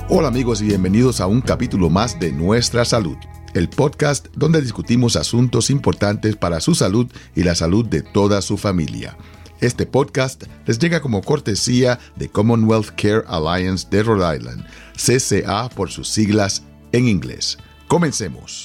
Hola amigos y bienvenidos a un capítulo más de Nuestra Salud, el podcast donde discutimos asuntos importantes para su salud y la salud de toda su familia. Este podcast les llega como cortesía de Commonwealth Care Alliance de Rhode Island, CCA por sus siglas en inglés. Comencemos.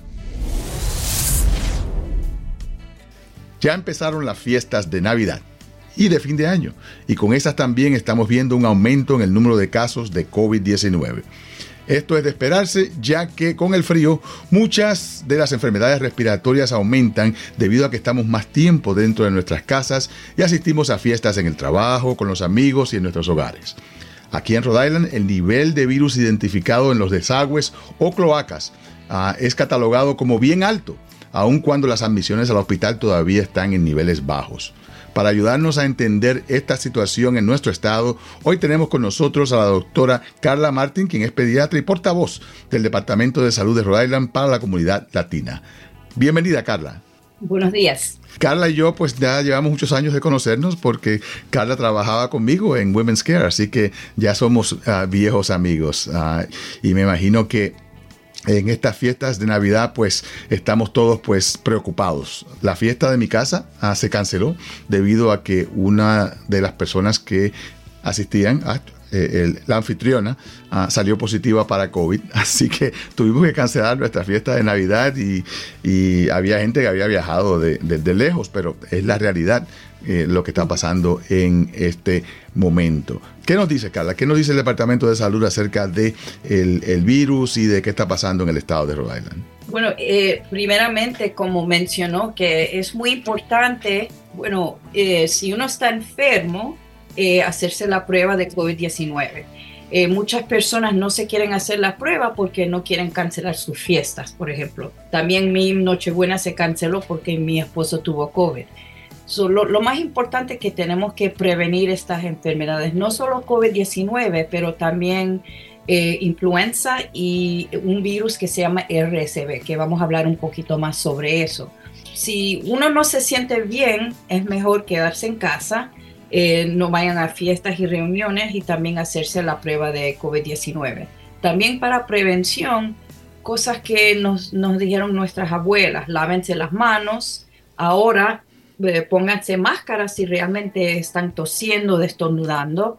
Ya empezaron las fiestas de Navidad y de fin de año, y con esas también estamos viendo un aumento en el número de casos de COVID-19. Esto es de esperarse, ya que con el frío muchas de las enfermedades respiratorias aumentan debido a que estamos más tiempo dentro de nuestras casas y asistimos a fiestas en el trabajo, con los amigos y en nuestros hogares. Aquí en Rhode Island, el nivel de virus identificado en los desagües o cloacas es catalogado como bien alto, aun cuando las admisiones al hospital todavía están en niveles bajos. Para ayudarnos a entender esta situación en nuestro estado, hoy tenemos con nosotros a la doctora Carla Martin, quien es pediatra y portavoz del Departamento de Salud de Rhode Island para la comunidad latina. Bienvenida, Carla. Buenos días. Carla y yo pues ya llevamos muchos años de conocernos porque Carla trabajaba conmigo en Women's Care, así que ya somos viejos amigos y me imagino que en estas fiestas de Navidad pues estamos todos pues preocupados. La fiesta de mi casa se canceló debido a que una de las personas que asistían, la anfitriona, salió positiva para COVID, así que tuvimos que cancelar nuestra fiesta de Navidad y había gente que había viajado de lejos, pero es la realidad lo que está pasando en este momento. ¿Qué nos dice, Carla? ¿Qué nos dice el Departamento de Salud acerca de el virus y de qué está pasando en el estado de Rhode Island? Bueno, primeramente, como mencionó, que es muy importante, si uno está enfermo, hacerse la prueba de COVID-19. Muchas personas no se quieren hacer la prueba porque no quieren cancelar sus fiestas, por ejemplo. También mi Nochebuena se canceló porque mi esposo tuvo COVID. Lo más importante es que tenemos que prevenir estas enfermedades, no solo COVID-19, pero también influenza y un virus que se llama RSV, que vamos a hablar un poquito más sobre eso. Si uno no se siente bien, es mejor quedarse en casa, no vayan a fiestas y reuniones y también hacerse la prueba de COVID-19. También para prevención, cosas que nos dijeron nuestras abuelas, lávense las manos, ahora pónganse máscaras si realmente están tosiendo, destornudando,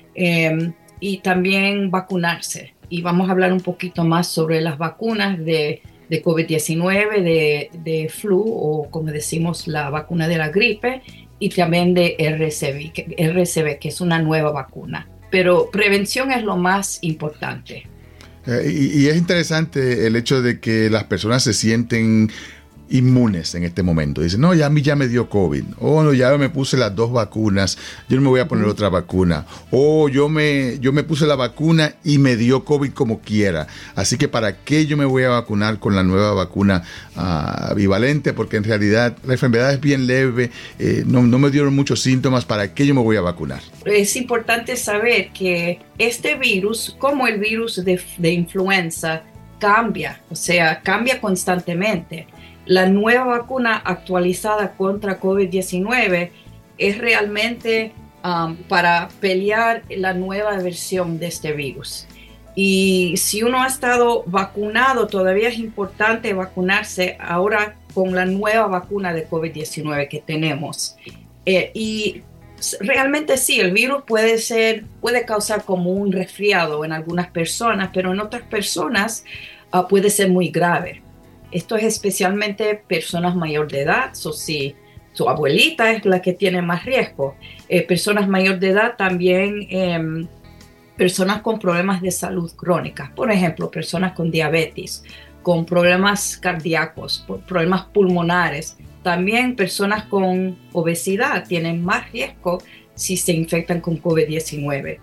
y también vacunarse. Y vamos a hablar un poquito más sobre las vacunas de COVID-19, de flu o como decimos la vacuna de la gripe y también de RSV, que es una nueva vacuna. Pero prevención es lo más importante. Y es interesante el hecho de que las personas se sienten inmunes en este momento. Dicen, no, ya a mí ya me dio COVID. O no, ya me puse las 2 vacunas, yo no me voy a poner otra vacuna. O yo me puse la vacuna y me dio COVID como quiera. Así que ¿para qué yo me voy a vacunar con la nueva vacuna bivalente? Porque en realidad la enfermedad es bien leve, no me dieron muchos síntomas. ¿Para qué yo me voy a vacunar? Es importante saber que este virus, como el virus de influenza, cambia constantemente. La nueva vacuna actualizada contra COVID-19 es realmente para pelear la nueva versión de este virus. Y si uno ha estado vacunado, todavía es importante vacunarse ahora con la nueva vacuna de COVID-19 que tenemos. Y realmente sí, el virus puede causar como un resfriado en algunas personas, pero en otras personas puede ser muy grave. Esto es especialmente personas mayor de edad, si su abuelita es la que tiene más riesgo. Personas mayor de edad también, personas con problemas de salud crónicas, por ejemplo, personas con diabetes, con problemas cardíacos, problemas pulmonares. También personas con obesidad tienen más riesgo si se infectan con COVID-19.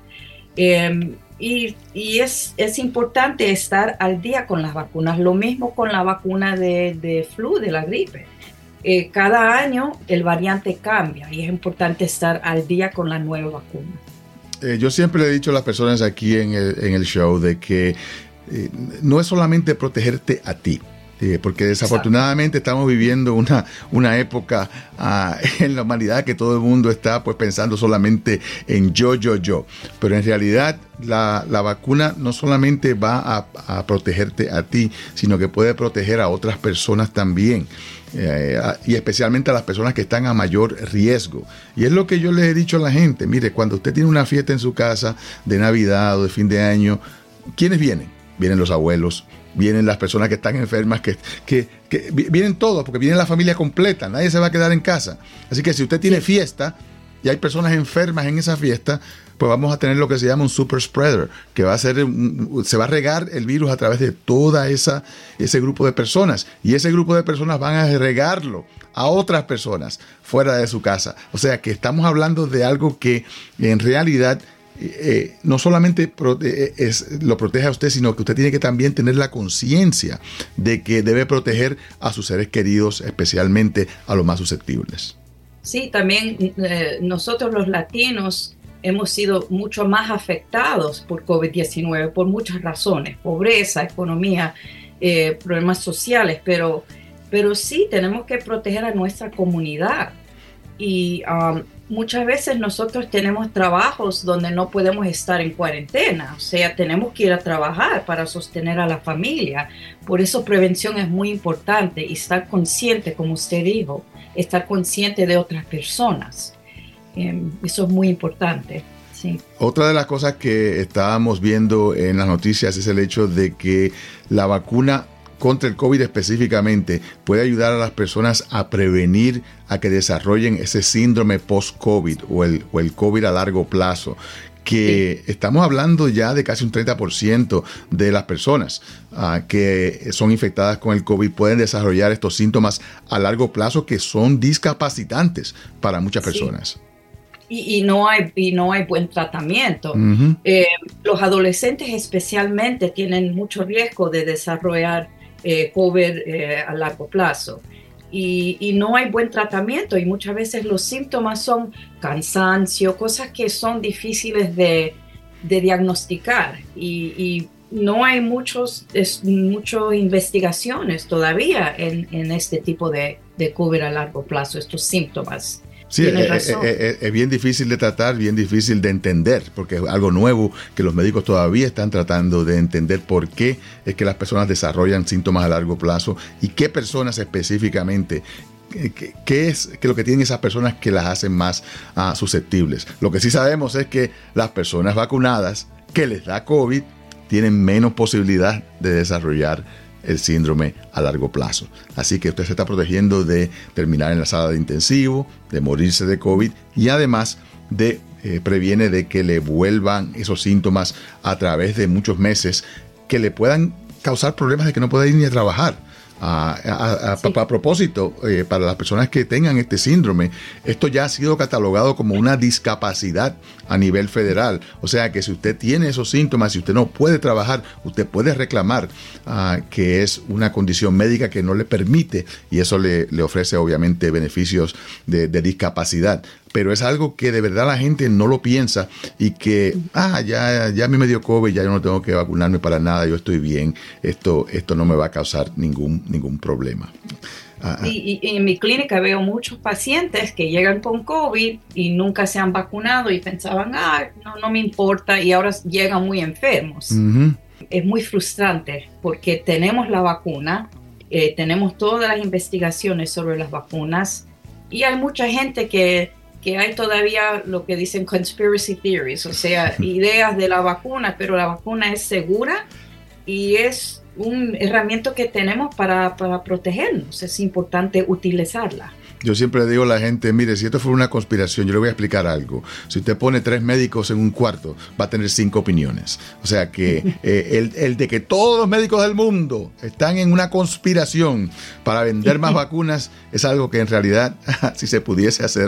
Y es importante estar al día con las vacunas. Lo mismo con la vacuna de flu, de la gripe. Cada año el variante cambia y es importante estar al día con la nueva vacuna. Yo siempre le he dicho a las personas aquí en el show de que no es solamente protegerte a ti. porque desafortunadamente estamos viviendo una época en la humanidad que todo el mundo está pues pensando solamente en yo. Pero en realidad la vacuna no solamente va a protegerte a ti, sino que puede proteger a otras personas también. Y especialmente a las personas que están a mayor riesgo. Y es lo que yo les he dicho a la gente. Mire, cuando usted tiene una fiesta en su casa de Navidad o de fin de año, ¿quiénes vienen? Vienen los abuelos, vienen las personas que están enfermas, que vienen todos, porque viene la familia completa, nadie se va a quedar en casa. Así que si usted tiene fiesta y hay personas enfermas en esa fiesta, pues vamos a tener lo que se llama un super spreader, que va a ser se va a regar el virus a través de toda ese grupo de personas, y ese grupo de personas van a regarlo a otras personas fuera de su casa. O sea que estamos hablando de algo que en realidad no solamente lo protege a usted, sino que usted tiene que también tener la conciencia de que debe proteger a sus seres queridos, especialmente a los más susceptibles. Sí, también nosotros los latinos hemos sido mucho más afectados por COVID-19 por muchas razones: pobreza, economía, problemas sociales, pero sí tenemos que proteger a nuestra comunidad. Y muchas veces nosotros tenemos trabajos donde no podemos estar en cuarentena, o sea, tenemos que ir a trabajar para sostener a la familia. Por eso prevención es muy importante, y estar consciente, como usted dijo, estar consciente de otras personas. Eso es muy importante. Sí. Otra de las cosas que estábamos viendo en las noticias es el hecho de que la vacuna contra el COVID específicamente puede ayudar a las personas a prevenir a que desarrollen ese síndrome post-COVID o el COVID a largo plazo, que estamos hablando ya de casi un 30% de las personas que son infectadas con el COVID pueden desarrollar estos síntomas a largo plazo que son discapacitantes para muchas personas. Y no hay buen tratamiento. Uh-huh. Los adolescentes especialmente tienen mucho riesgo de desarrollar COVID a largo plazo. Y no hay buen tratamiento, y muchas veces los síntomas son cansancio, cosas que son difíciles de diagnosticar, y no hay muchas investigaciones todavía en este tipo de COVID a largo plazo, estos síntomas. Sí, es bien difícil de tratar, bien difícil de entender, porque es algo nuevo que los médicos todavía están tratando de entender por qué es que las personas desarrollan síntomas a largo plazo y qué personas específicamente, qué es lo que tienen esas personas que las hacen más susceptibles. Lo que sí sabemos es que las personas vacunadas que les da COVID tienen menos posibilidad de desarrollar el síndrome a largo plazo. Así que usted se está protegiendo de terminar en la sala de intensivo, de morirse de COVID, y además previene de que le vuelvan esos síntomas a través de muchos meses que le puedan causar problemas de que no pueda ir ni a trabajar. A propósito, para las personas que tengan este síndrome, esto ya ha sido catalogado como una discapacidad a nivel federal. O sea que si usted tiene esos síntomas, si usted no puede trabajar, usted puede reclamar que es una condición médica que no le permite, y eso le ofrece obviamente beneficios de discapacidad. Pero es algo que de verdad la gente no lo piensa, y que ya a mí me dio COVID, ya yo no tengo que vacunarme para nada, yo estoy bien, esto no me va a causar ningún problema. Y en mi clínica veo muchos pacientes que llegan con COVID y nunca se han vacunado y pensaban, no me importa, y ahora llegan muy enfermos. Uh-huh. Es muy frustrante porque tenemos la vacuna, tenemos todas las investigaciones sobre las vacunas, y hay mucha gente que hay todavía lo que dicen conspiracy theories, o sea, ideas de la vacuna, pero la vacuna es segura y es un herramienta que tenemos para protegernos. Es importante utilizarla. Yo siempre le digo a la gente, mire, si esto fuera una conspiración, yo le voy a explicar algo. Si usted pone 3 médicos en un cuarto, va a tener 5 opiniones. O sea que el de que todos los médicos del mundo están en una conspiración para vender más vacunas es algo que en realidad, si se pudiese hacer,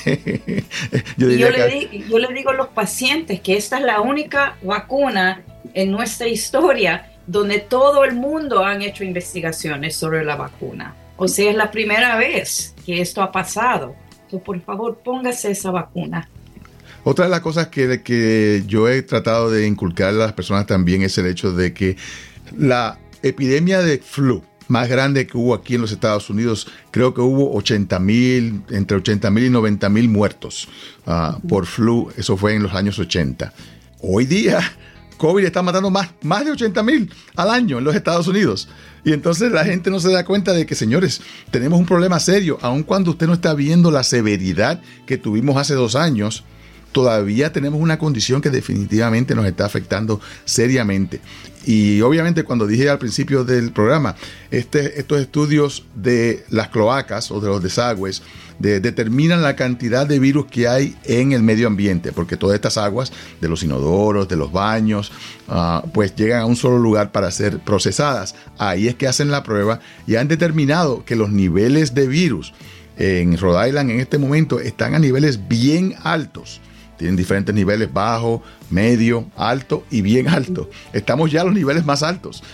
yo le digo a los pacientes que esta es la única vacuna en nuestra historia donde todo el mundo han hecho investigaciones sobre la vacuna. O sea, es la primera vez que esto ha pasado. Entonces, por favor, póngase esa vacuna. Otra de las cosas que yo he tratado de inculcar a las personas también es el hecho de que la epidemia de flu más grande que hubo aquí en los Estados Unidos. Creo que hubo 80,000, entre 80,000 y 90,000 muertos por flu. Eso fue en los años 80. Hoy día, COVID está matando más de 80,000 al año en los Estados Unidos. Y entonces la gente no se da cuenta de que, señores, tenemos un problema serio. Aun cuando usted no está viendo la severidad que tuvimos hace 2 años, todavía tenemos una condición que definitivamente nos está afectando seriamente. Y obviamente, cuando dije al principio del programa, estos estudios de las cloacas o de los desagües determinan la cantidad de virus que hay en el medio ambiente, porque todas estas aguas de los inodoros, de los baños, pues llegan a un solo lugar para ser procesadas. Ahí es que hacen la prueba y han determinado que los niveles de virus en Rhode Island en este momento están a niveles bien altos. Tienen diferentes niveles: bajo, medio, alto y bien alto. Estamos ya a los niveles más altos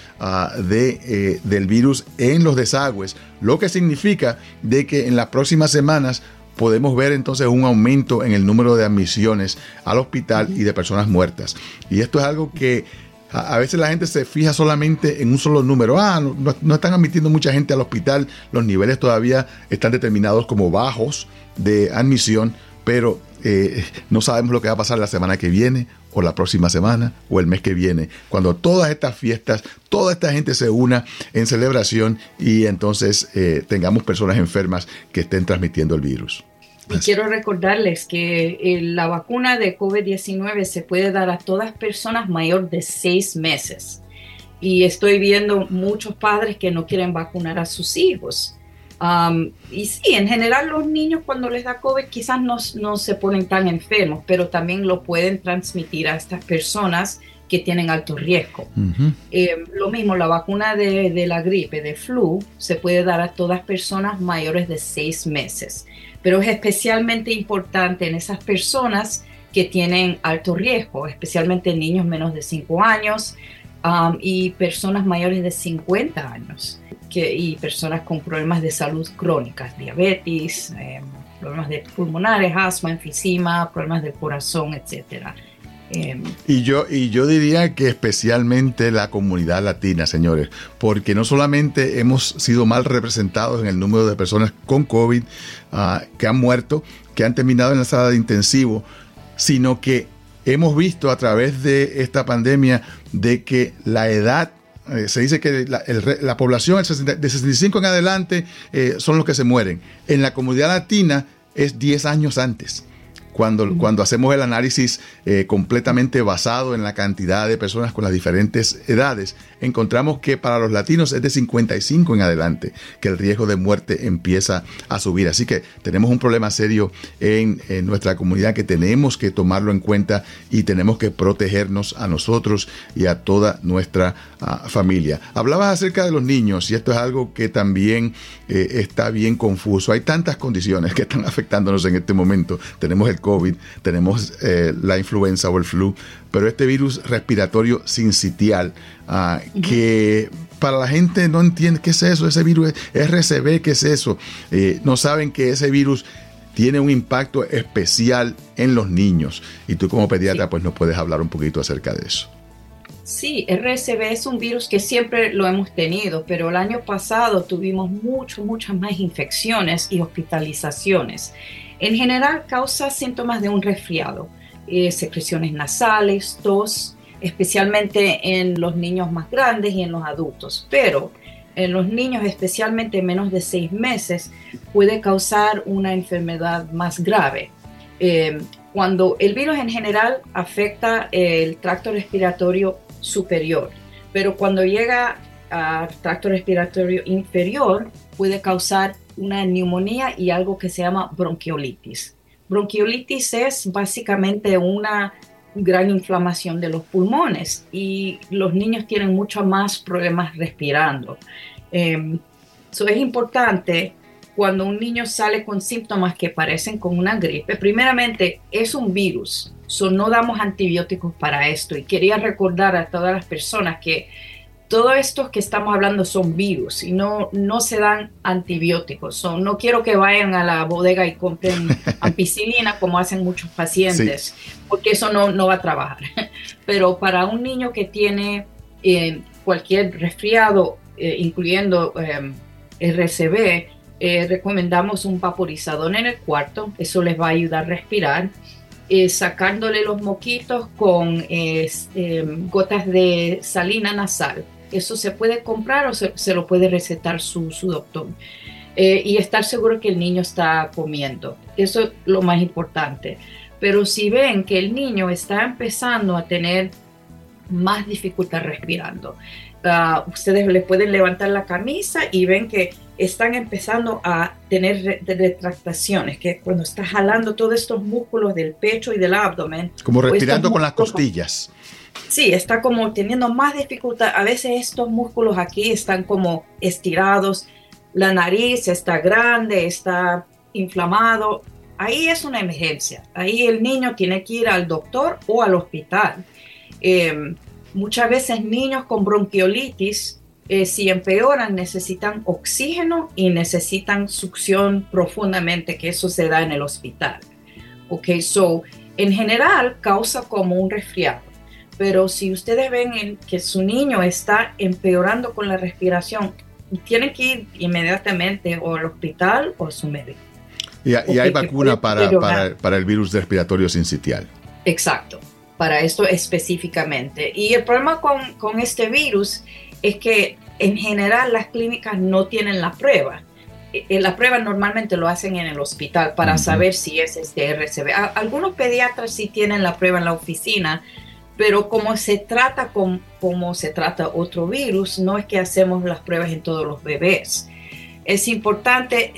del virus en los desagües, lo que significa de que en las próximas semanas podemos ver entonces un aumento en el número de admisiones al hospital y de personas muertas. Y esto es algo que a veces la gente se fija solamente en un solo número. No están admitiendo mucha gente al hospital. Los niveles todavía están determinados como bajos de admisión, pero no sabemos lo que va a pasar la semana que viene o la próxima semana o el mes que viene, cuando todas estas fiestas, toda esta gente se una en celebración y entonces tengamos personas enfermas que estén transmitiendo el virus. Y quiero recordarles que la vacuna de COVID-19 se puede dar a todas personas mayor de 6 meses. Y estoy viendo muchos padres que no quieren vacunar a sus hijos. Y sí, en general los niños cuando les da COVID quizás no se ponen tan enfermos, pero también lo pueden transmitir a estas personas que tienen alto riesgo. Uh-huh. Lo mismo, la vacuna de la gripe, de flu, se puede dar a todas personas mayores de 6 meses, pero es especialmente importante en esas personas que tienen alto riesgo, especialmente niños menos de 5 años y personas mayores de 50 años. Y personas con problemas de salud crónicas, diabetes, problemas pulmonares, asma, enfisema, problemas del corazón, etc. Y yo diría que especialmente la comunidad latina, señores, porque no solamente hemos sido mal representados en el número de personas con COVID que han muerto, que han terminado en la sala de intensivo, sino que hemos visto a través de esta pandemia de que la edad, se dice que la población de 65 en adelante son los que se mueren. En la comunidad latina es 10 años antes. Cuando hacemos el análisis completamente basado en la cantidad de personas con las diferentes edades, encontramos que para los latinos es de 55 en adelante que el riesgo de muerte empieza a subir. Así que tenemos un problema serio en nuestra comunidad que tenemos que tomarlo en cuenta y tenemos que protegernos a nosotros y a toda nuestra familia. Hablabas acerca de los niños y esto es algo que también está bien confuso. Hay tantas condiciones que están afectándonos en este momento. Tenemos el COVID, tenemos la influenza o el flu, pero este virus respiratorio sincitial que para la gente no entiende qué es eso, ese virus RSV, qué es eso, no saben que ese virus tiene un impacto especial en los niños y tú como pediatra sí, pues nos puedes hablar un poquito acerca de eso. Sí, RSV es un virus que siempre lo hemos tenido, pero el año pasado tuvimos muchas más infecciones y hospitalizaciones. En general causa síntomas de un resfriado, secreciones nasales, tos, especialmente en los niños más grandes y en los adultos. Pero en los niños, especialmente menos de 6 meses, puede causar una enfermedad más grave. Cuando el virus en general afecta el tracto respiratorio superior, pero cuando llega al tracto respiratorio inferior puede causar una neumonía y algo que se llama bronquiolitis. Bronquiolitis es básicamente una gran inflamación de los pulmones y los niños tienen mucho más problemas respirando. Es importante cuando un niño sale con síntomas que parecen como una gripe. Primeramente, es un virus, no damos antibióticos para esto. Y quería recordar a todas las personas que todo esto que estamos hablando son virus y no se dan antibióticos. No quiero que vayan a la bodega y compren ampicilina como hacen muchos pacientes, sí, porque eso no va a trabajar. Pero para un niño que tiene cualquier resfriado incluyendo RCV, recomendamos un vaporizador en el cuarto. Eso les va a ayudar a respirar. Sacándole los moquitos con gotas de salina nasal. Eso se puede comprar o se lo puede recetar su doctor. Y estar seguro que el niño está comiendo. Eso es lo más importante. Pero si ven que el niño está empezando a tener más dificultad respirando, ustedes le pueden levantar la camisa y ven que están empezando a tener retractaciones, que cuando está jalando todos estos músculos del pecho y del abdomen. Como respirando con las costillas. Sí, está como teniendo más dificultad. A veces estos músculos aquí están como estirados. La nariz está grande, está inflamado. Ahí es una emergencia. Ahí el niño tiene que ir al doctor o al hospital. Muchas veces niños con bronquiolitis, si empeoran, necesitan oxígeno y necesitan succión profundamente, que eso se da en el hospital. Okay, so, en general causa como un resfriado, pero si ustedes ven que su niño está empeorando con la respiración, tienen que ir inmediatamente o al hospital o a su médico. Y hay vacuna para el virus respiratorio sincitial. Exacto, para esto específicamente. Y el problema con este virus es que en general las clínicas no tienen la prueba. La prueba normalmente lo hacen en el hospital para saber si es RCV. Algunos pediatras sí tienen la prueba en la oficina, pero como se trata como se trata otro virus, no es que hacemos las pruebas en todos los bebés. Es importante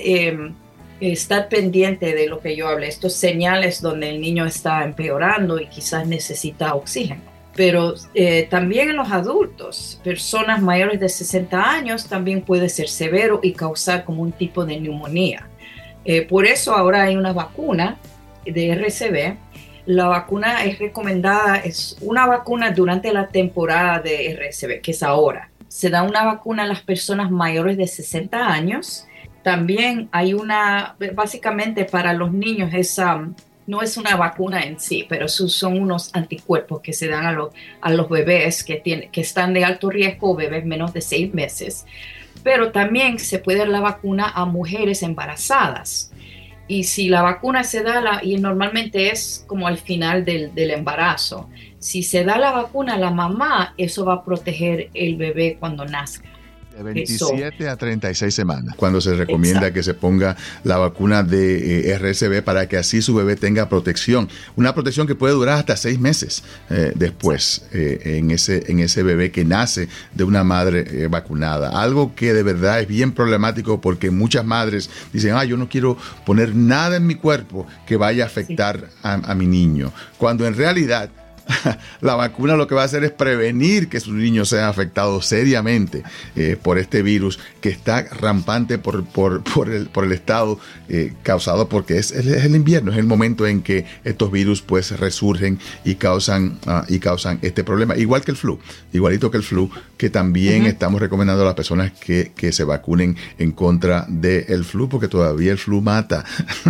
estar pendiente de lo que yo hablé, estos señales donde el niño está empeorando y quizás necesita oxígeno. Pero también en los adultos, personas mayores de 60 años, también puede ser severo y causar como un tipo de neumonía. Por eso ahora hay una vacuna de RCV. La vacuna es recomendada, es una vacuna durante la temporada de RCV, que es ahora. Se da una vacuna a las personas mayores de 60 años. También hay una, básicamente para los niños, no es una vacuna en sí, pero son unos anticuerpos que se dan a los bebés que están de alto riesgo, bebés menos de 6 meses. Pero también se puede dar la vacuna a mujeres embarazadas. Y si la vacuna se da, y normalmente es como al final del embarazo, si se da la vacuna a la mamá, eso va a proteger el bebé cuando nazca. De 27 a 36 semanas, cuando se recomienda que se ponga la vacuna de RSV para que así su bebé tenga protección. Una protección que puede durar hasta 6 meses después en ese bebé que nace de una madre vacunada. Algo que de verdad es bien problemático porque muchas madres dicen, yo no quiero poner nada en mi cuerpo que vaya a afectar a mi niño. Cuando en realidad la vacuna lo que va a hacer es prevenir que su niño sea afectado seriamente por este virus que está rampante por el estado causado porque es el invierno, es el momento en que estos virus pues resurgen y causan este problema, igual que el flu, igualito que el flu, que también estamos recomendando a las personas que se vacunen en contra del flu porque todavía el flu mata.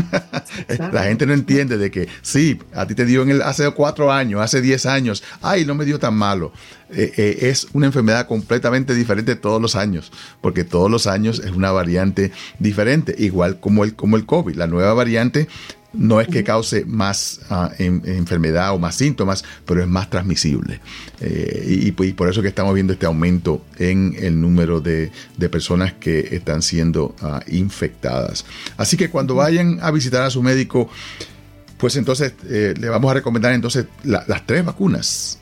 La gente no entiende de que sí, a ti te dio hace 4 años, hace 10 años, no me dio tan malo. Es una enfermedad completamente diferente todos los años, porque todos los años es una variante diferente, igual como el COVID. La nueva variante no es que cause más enfermedad o más síntomas, pero es más transmisible. Y por eso que estamos viendo este aumento en el número de personas que están siendo infectadas. Así que cuando vayan a visitar a su médico, pues entonces le vamos a recomendar entonces las 3 vacunas,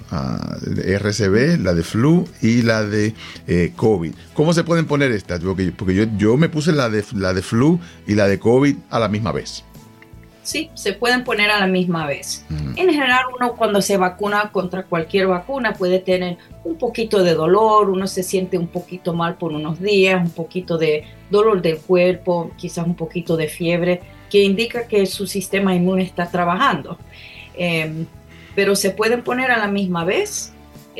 RSV, la de flu y la de COVID. ¿Cómo se pueden poner estas? Porque yo me puse la de flu y la de COVID a la misma vez. Sí, se pueden poner a la misma vez. En general, uno cuando se vacuna contra cualquier vacuna puede tener un poquito de dolor, uno se siente un poquito mal por unos días, un poquito de dolor del cuerpo, quizás un poquito de fiebre, que indica que su sistema inmune está trabajando. Pero se pueden poner a la misma vez.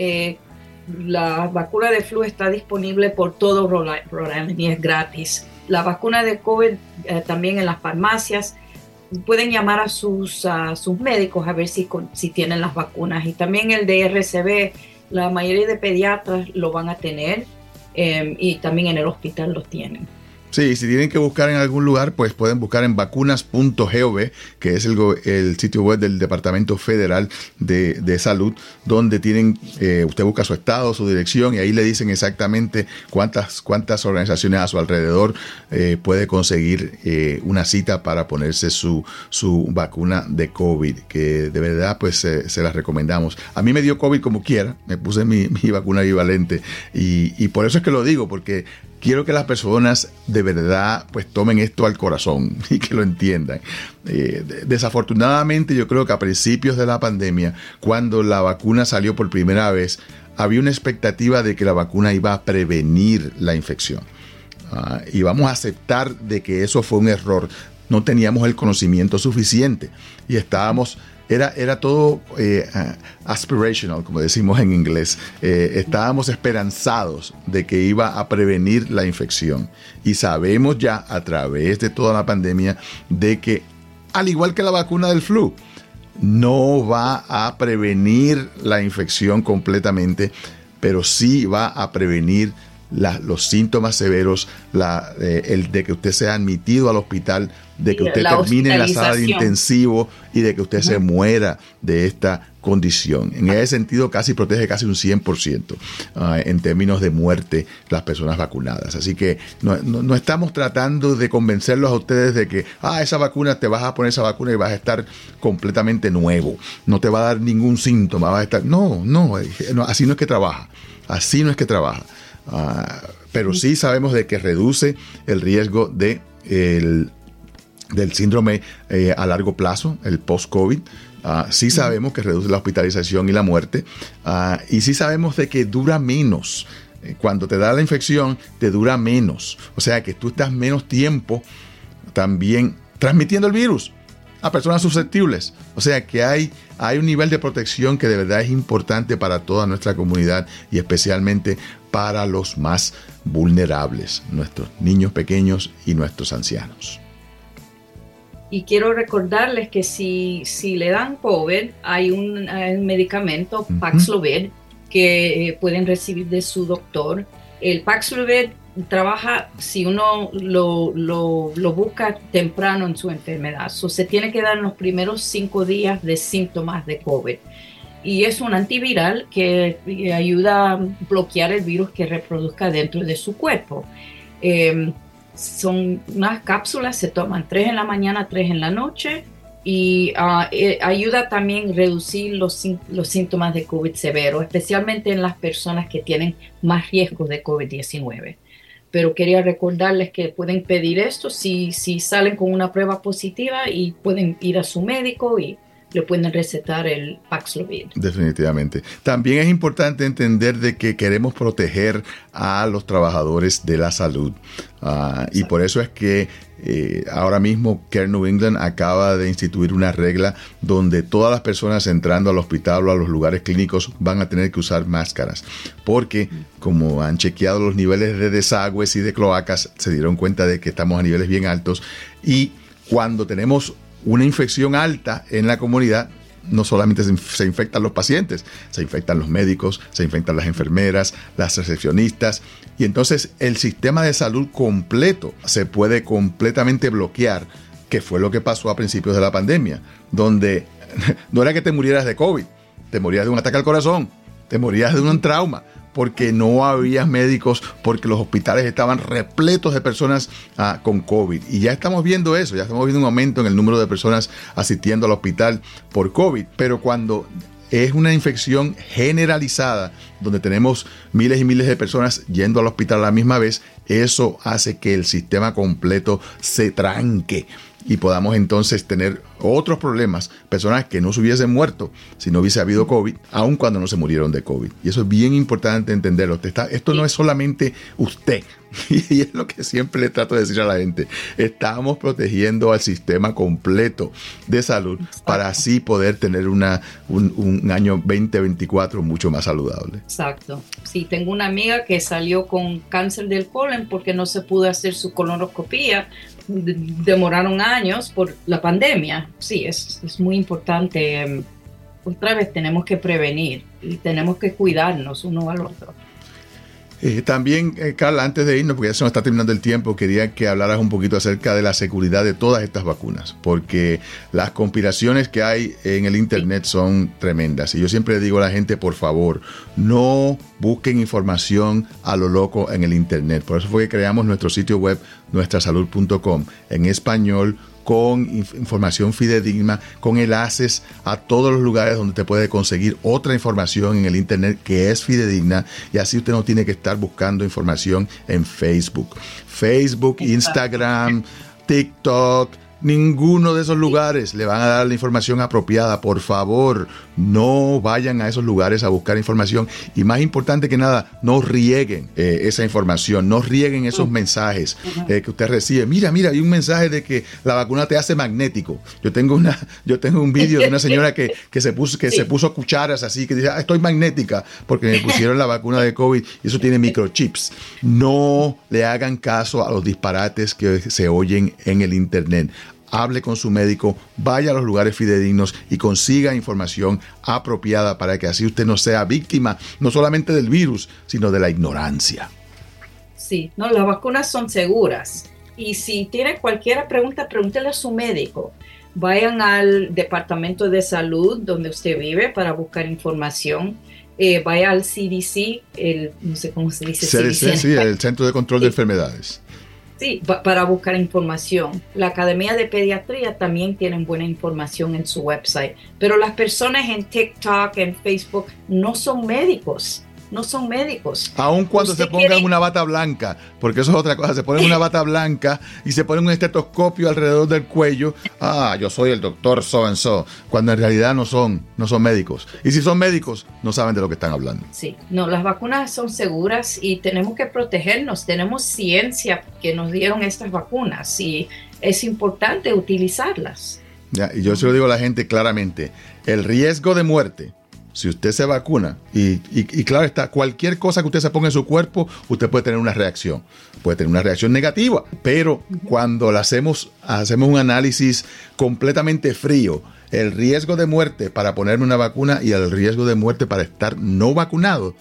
La vacuna de flu está disponible por todo Rhode Island y es gratis. La vacuna de COVID también en las farmacias. Pueden llamar a sus médicos a ver si tienen las vacunas. Y también el de RSV, la mayoría de pediatras lo van a tener. y también en el hospital los tienen. Sí, si tienen que buscar en algún lugar, pues pueden buscar en vacunas.gov, que es el sitio web del Departamento Federal de Salud, donde tienen, usted busca su estado, su dirección, y ahí le dicen exactamente cuántas organizaciones a su alrededor puede conseguir una cita para ponerse su vacuna de COVID, que de verdad pues se las recomendamos. A mí me dio COVID como quiera, me puse mi vacuna bivalente, y por eso es que lo digo, porque quiero que las personas de verdad pues tomen esto al corazón y que lo entiendan. Desafortunadamente yo creo que a principios de la pandemia, cuando la vacuna salió por primera vez, había una expectativa de que la vacuna iba a prevenir la infección. Y vamos a aceptar de que eso fue un error. No teníamos el conocimiento suficiente y estábamos... Era todo aspirational, como decimos en inglés. Estábamos esperanzados de que iba a prevenir la infección. Y sabemos ya a través de toda la pandemia de que, al igual que la vacuna del flu, no va a prevenir la infección completamente, pero sí va a prevenir los síntomas severos, el de que usted sea admitido al hospital, de que usted termine en la sala de intensivo y de que usted se muera de esta condición. En ese sentido, protege casi un 100% en términos de muerte las personas vacunadas. Así que no estamos tratando de convencerlos a ustedes de que esa vacuna, te vas a poner esa vacuna y vas a estar completamente nuevo. No te va a dar ningún síntoma. Vas a estar... No, así no es que trabaja. Así no es que trabaja. Pero sí sabemos de que reduce el riesgo del síndrome a largo plazo, el post-COVID. Sí sabemos que reduce la hospitalización y la muerte. Y sí sabemos de que dura menos. Cuando te da la infección, te dura menos. O sea que tú estás menos tiempo también transmitiendo el virus a personas susceptibles. O sea que hay un nivel de protección que de verdad es importante para toda nuestra comunidad y especialmente para los más vulnerables, nuestros niños pequeños y nuestros ancianos. Y quiero recordarles que si le dan COVID, hay un medicamento, Paxlovid, que pueden recibir de su doctor. El Paxlovid trabaja si uno lo busca temprano en su enfermedad. Se tiene que dar en los primeros 5 días de síntomas de COVID. Y es un antiviral que ayuda a bloquear el virus que reproduzca dentro de su cuerpo. Son unas cápsulas, se toman 3 en la mañana, 3 en la noche, y ayuda también a reducir los síntomas de COVID severo, especialmente en las personas que tienen más riesgos de COVID-19. Pero quería recordarles que pueden pedir esto si salen con una prueba positiva, y pueden ir a su médico y le pueden recetar el Paxlovid. Definitivamente. También es importante entender de que queremos proteger a los trabajadores de la salud. Y por eso es que ahora mismo Care New England acaba de instituir una regla donde todas las personas entrando al hospital o a los lugares clínicos van a tener que usar máscaras. Porque como han chequeado los niveles de desagües y de cloacas, se dieron cuenta de que estamos a niveles bien altos. Y cuando tenemos una infección alta en la comunidad, no solamente se infectan los pacientes, se infectan los médicos, se infectan las enfermeras, las recepcionistas, y entonces el sistema de salud completo se puede completamente bloquear, que fue lo que pasó a principios de la pandemia, donde no era que te murieras de COVID, te morías de un ataque al corazón, te morías de un trauma, porque no había médicos, porque los hospitales estaban repletos de personas con COVID. Y ya estamos viendo eso, ya estamos viendo un aumento en el número de personas asistiendo al hospital por COVID. Pero cuando es una infección generalizada, donde tenemos miles y miles de personas yendo al hospital a la misma vez, eso hace que el sistema completo se tranque y podamos entonces tener otros problemas, personas que no se hubiesen muerto si no hubiese habido COVID, aun cuando no se murieron de COVID. Y eso es bien importante entenderlo. Esto no es solamente usted, y es lo que siempre le trato de decir a la gente. Estamos protegiendo al sistema completo de salud para así poder tener un año 2024 mucho más saludable. Exacto. Sí, tengo una amiga que salió con cáncer del colon porque no se pudo hacer su colonoscopía. Demoraron años por la pandemia. Sí, es muy importante. Otra vez tenemos que prevenir y tenemos que cuidarnos uno al otro. También, Carla, antes de irnos, porque ya se nos está terminando el tiempo, quería que hablaras un poquito acerca de la seguridad de todas estas vacunas, porque las conspiraciones que hay en el Internet son tremendas. Y yo siempre le digo a la gente, por favor, no busquen información a lo loco en el Internet. Por eso fue que creamos nuestro sitio web, nuestrasalud.com, en español, con información fidedigna, con enlaces a todos los lugares donde te puede conseguir otra información en el Internet que es fidedigna, y así usted no tiene que estar buscando información en Facebook, Instagram, TikTok. Ninguno de esos lugares le van a dar la información apropiada. Por favor, no vayan a esos lugares a buscar información. Y más importante que nada, no rieguen esa información, no rieguen esos mensajes que usted recibe. Mira, hay un mensaje de que la vacuna te hace magnético. Yo tengo un vídeo de una señora que se puso cucharas así, que dice, estoy magnética porque me pusieron la vacuna de COVID y eso tiene microchips. No le hagan caso a los disparates que se oyen en el Internet. Hable con su médico, vaya a los lugares fidedignos y consiga información apropiada para que así usted no sea víctima no solamente del virus, sino de la ignorancia. Sí, no, las vacunas son seguras. Y si tiene cualquier pregunta, pregúntele a su médico. Vayan al departamento de salud donde usted vive para buscar información. Vaya al CDC, no sé cómo se dice. CDC, sí, el Centro de Control de Enfermedades. Sí, para buscar información. La Academia de Pediatría también tienen buena información en su website, pero las personas en TikTok, en Facebook, no son médicos. Aun cuando se pongan una bata blanca, porque eso es otra cosa, se ponen una bata blanca y se ponen un estetoscopio alrededor del cuello. Yo soy el doctor so and so, cuando en realidad no son médicos. Y si son médicos, no saben de lo que están hablando. Sí, no, las vacunas son seguras y tenemos que protegernos. Tenemos ciencia que nos dieron estas vacunas y es importante utilizarlas. Ya, y yo se lo digo a la gente claramente, el riesgo de muerte, si usted se vacuna, y claro está, cualquier cosa que usted se ponga en su cuerpo, usted puede tener una reacción. Puede tener una reacción negativa, pero cuando hacemos un análisis completamente frío, el riesgo de muerte para ponerme una vacuna y el riesgo de muerte para estar no vacunado,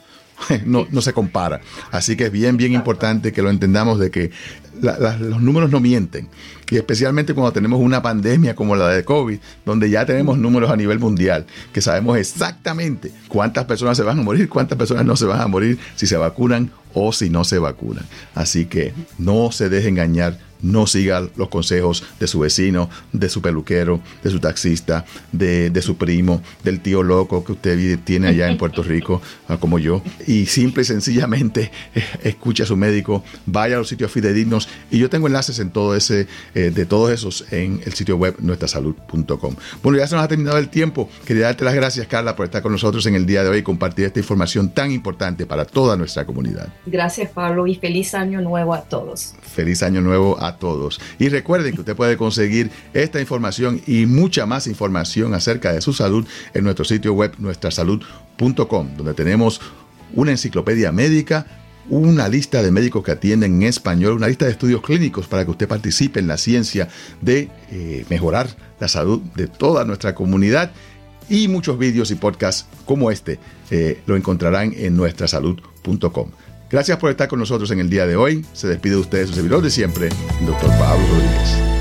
no se compara. Así que es bien importante que lo entendamos de que los números no mienten. Y especialmente cuando tenemos una pandemia como la de COVID, donde ya tenemos números a nivel mundial, que sabemos exactamente cuántas personas se van a morir, cuántas personas no se van a morir si se vacunan o si no se vacunan. Así que no se deje engañar. No siga los consejos de su vecino, de su peluquero, de su taxista, de su primo, del tío loco que usted tiene allá en Puerto Rico, como yo. Y simple y sencillamente escuche a su médico, vaya a los sitios fidedignos. Y yo tengo enlaces en de todos esos en el sitio web nuestrasalud.com. Bueno, ya se nos ha terminado el tiempo. Quería darte las gracias, Carla, por estar con nosotros en el día de hoy y compartir esta información tan importante para toda nuestra comunidad. Gracias, Pablo, y feliz año nuevo a todos. Feliz año nuevo a todos. Y recuerden que usted puede conseguir esta información y mucha más información acerca de su salud en nuestro sitio web nuestrasalud.com, donde tenemos una enciclopedia médica, una lista de médicos que atienden en español, una lista de estudios clínicos para que usted participe en la ciencia de mejorar la salud de toda nuestra comunidad, y muchos vídeos y podcasts como este lo encontrarán en nuestrasalud.com. Gracias por estar con nosotros en el día de hoy. Se despide de ustedes su servidor de siempre, el Dr. Pablo Rodríguez.